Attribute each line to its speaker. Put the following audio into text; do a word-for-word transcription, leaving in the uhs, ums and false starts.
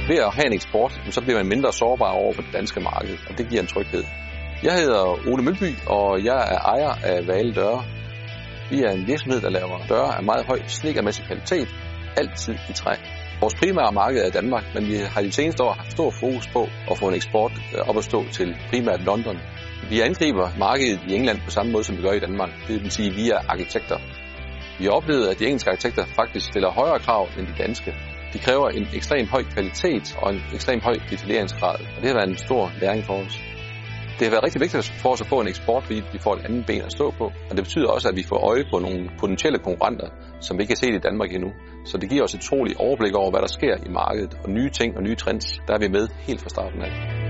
Speaker 1: Ved at have en eksport, så bliver man mindre sårbar over på det danske marked, og det giver en tryghed. Jeg hedder Ole Mølby, og jeg er ejer af Vale Døre. Vi er en virksomhed, der laver døre af meget høj snedkermæssig kvalitet, altid i træ. Vores primære marked er Danmark, men vi har de seneste år haft stor fokus på at få en eksport op at stå til primært London. Vi angriber markedet i England på samme måde, som vi gør i Danmark. Det vil sige, at vi er arkitekter. Vi har oplevet, at de engelske arkitekter faktisk stiller højere krav end de danske. De kræver en ekstrem høj kvalitet og en ekstrem høj detaljeringsgrad, og det har været en stor læring for os. Det har været rigtig vigtigt for os at få en eksport, fordi vi får et andet ben at stå på, og det betyder også, at vi får øje på nogle potentielle konkurrenter, som vi ikke har set i Danmark endnu. Så det giver os et utroligt overblik over, hvad der sker i markedet, og nye ting og nye trends, der er vi med helt fra starten af.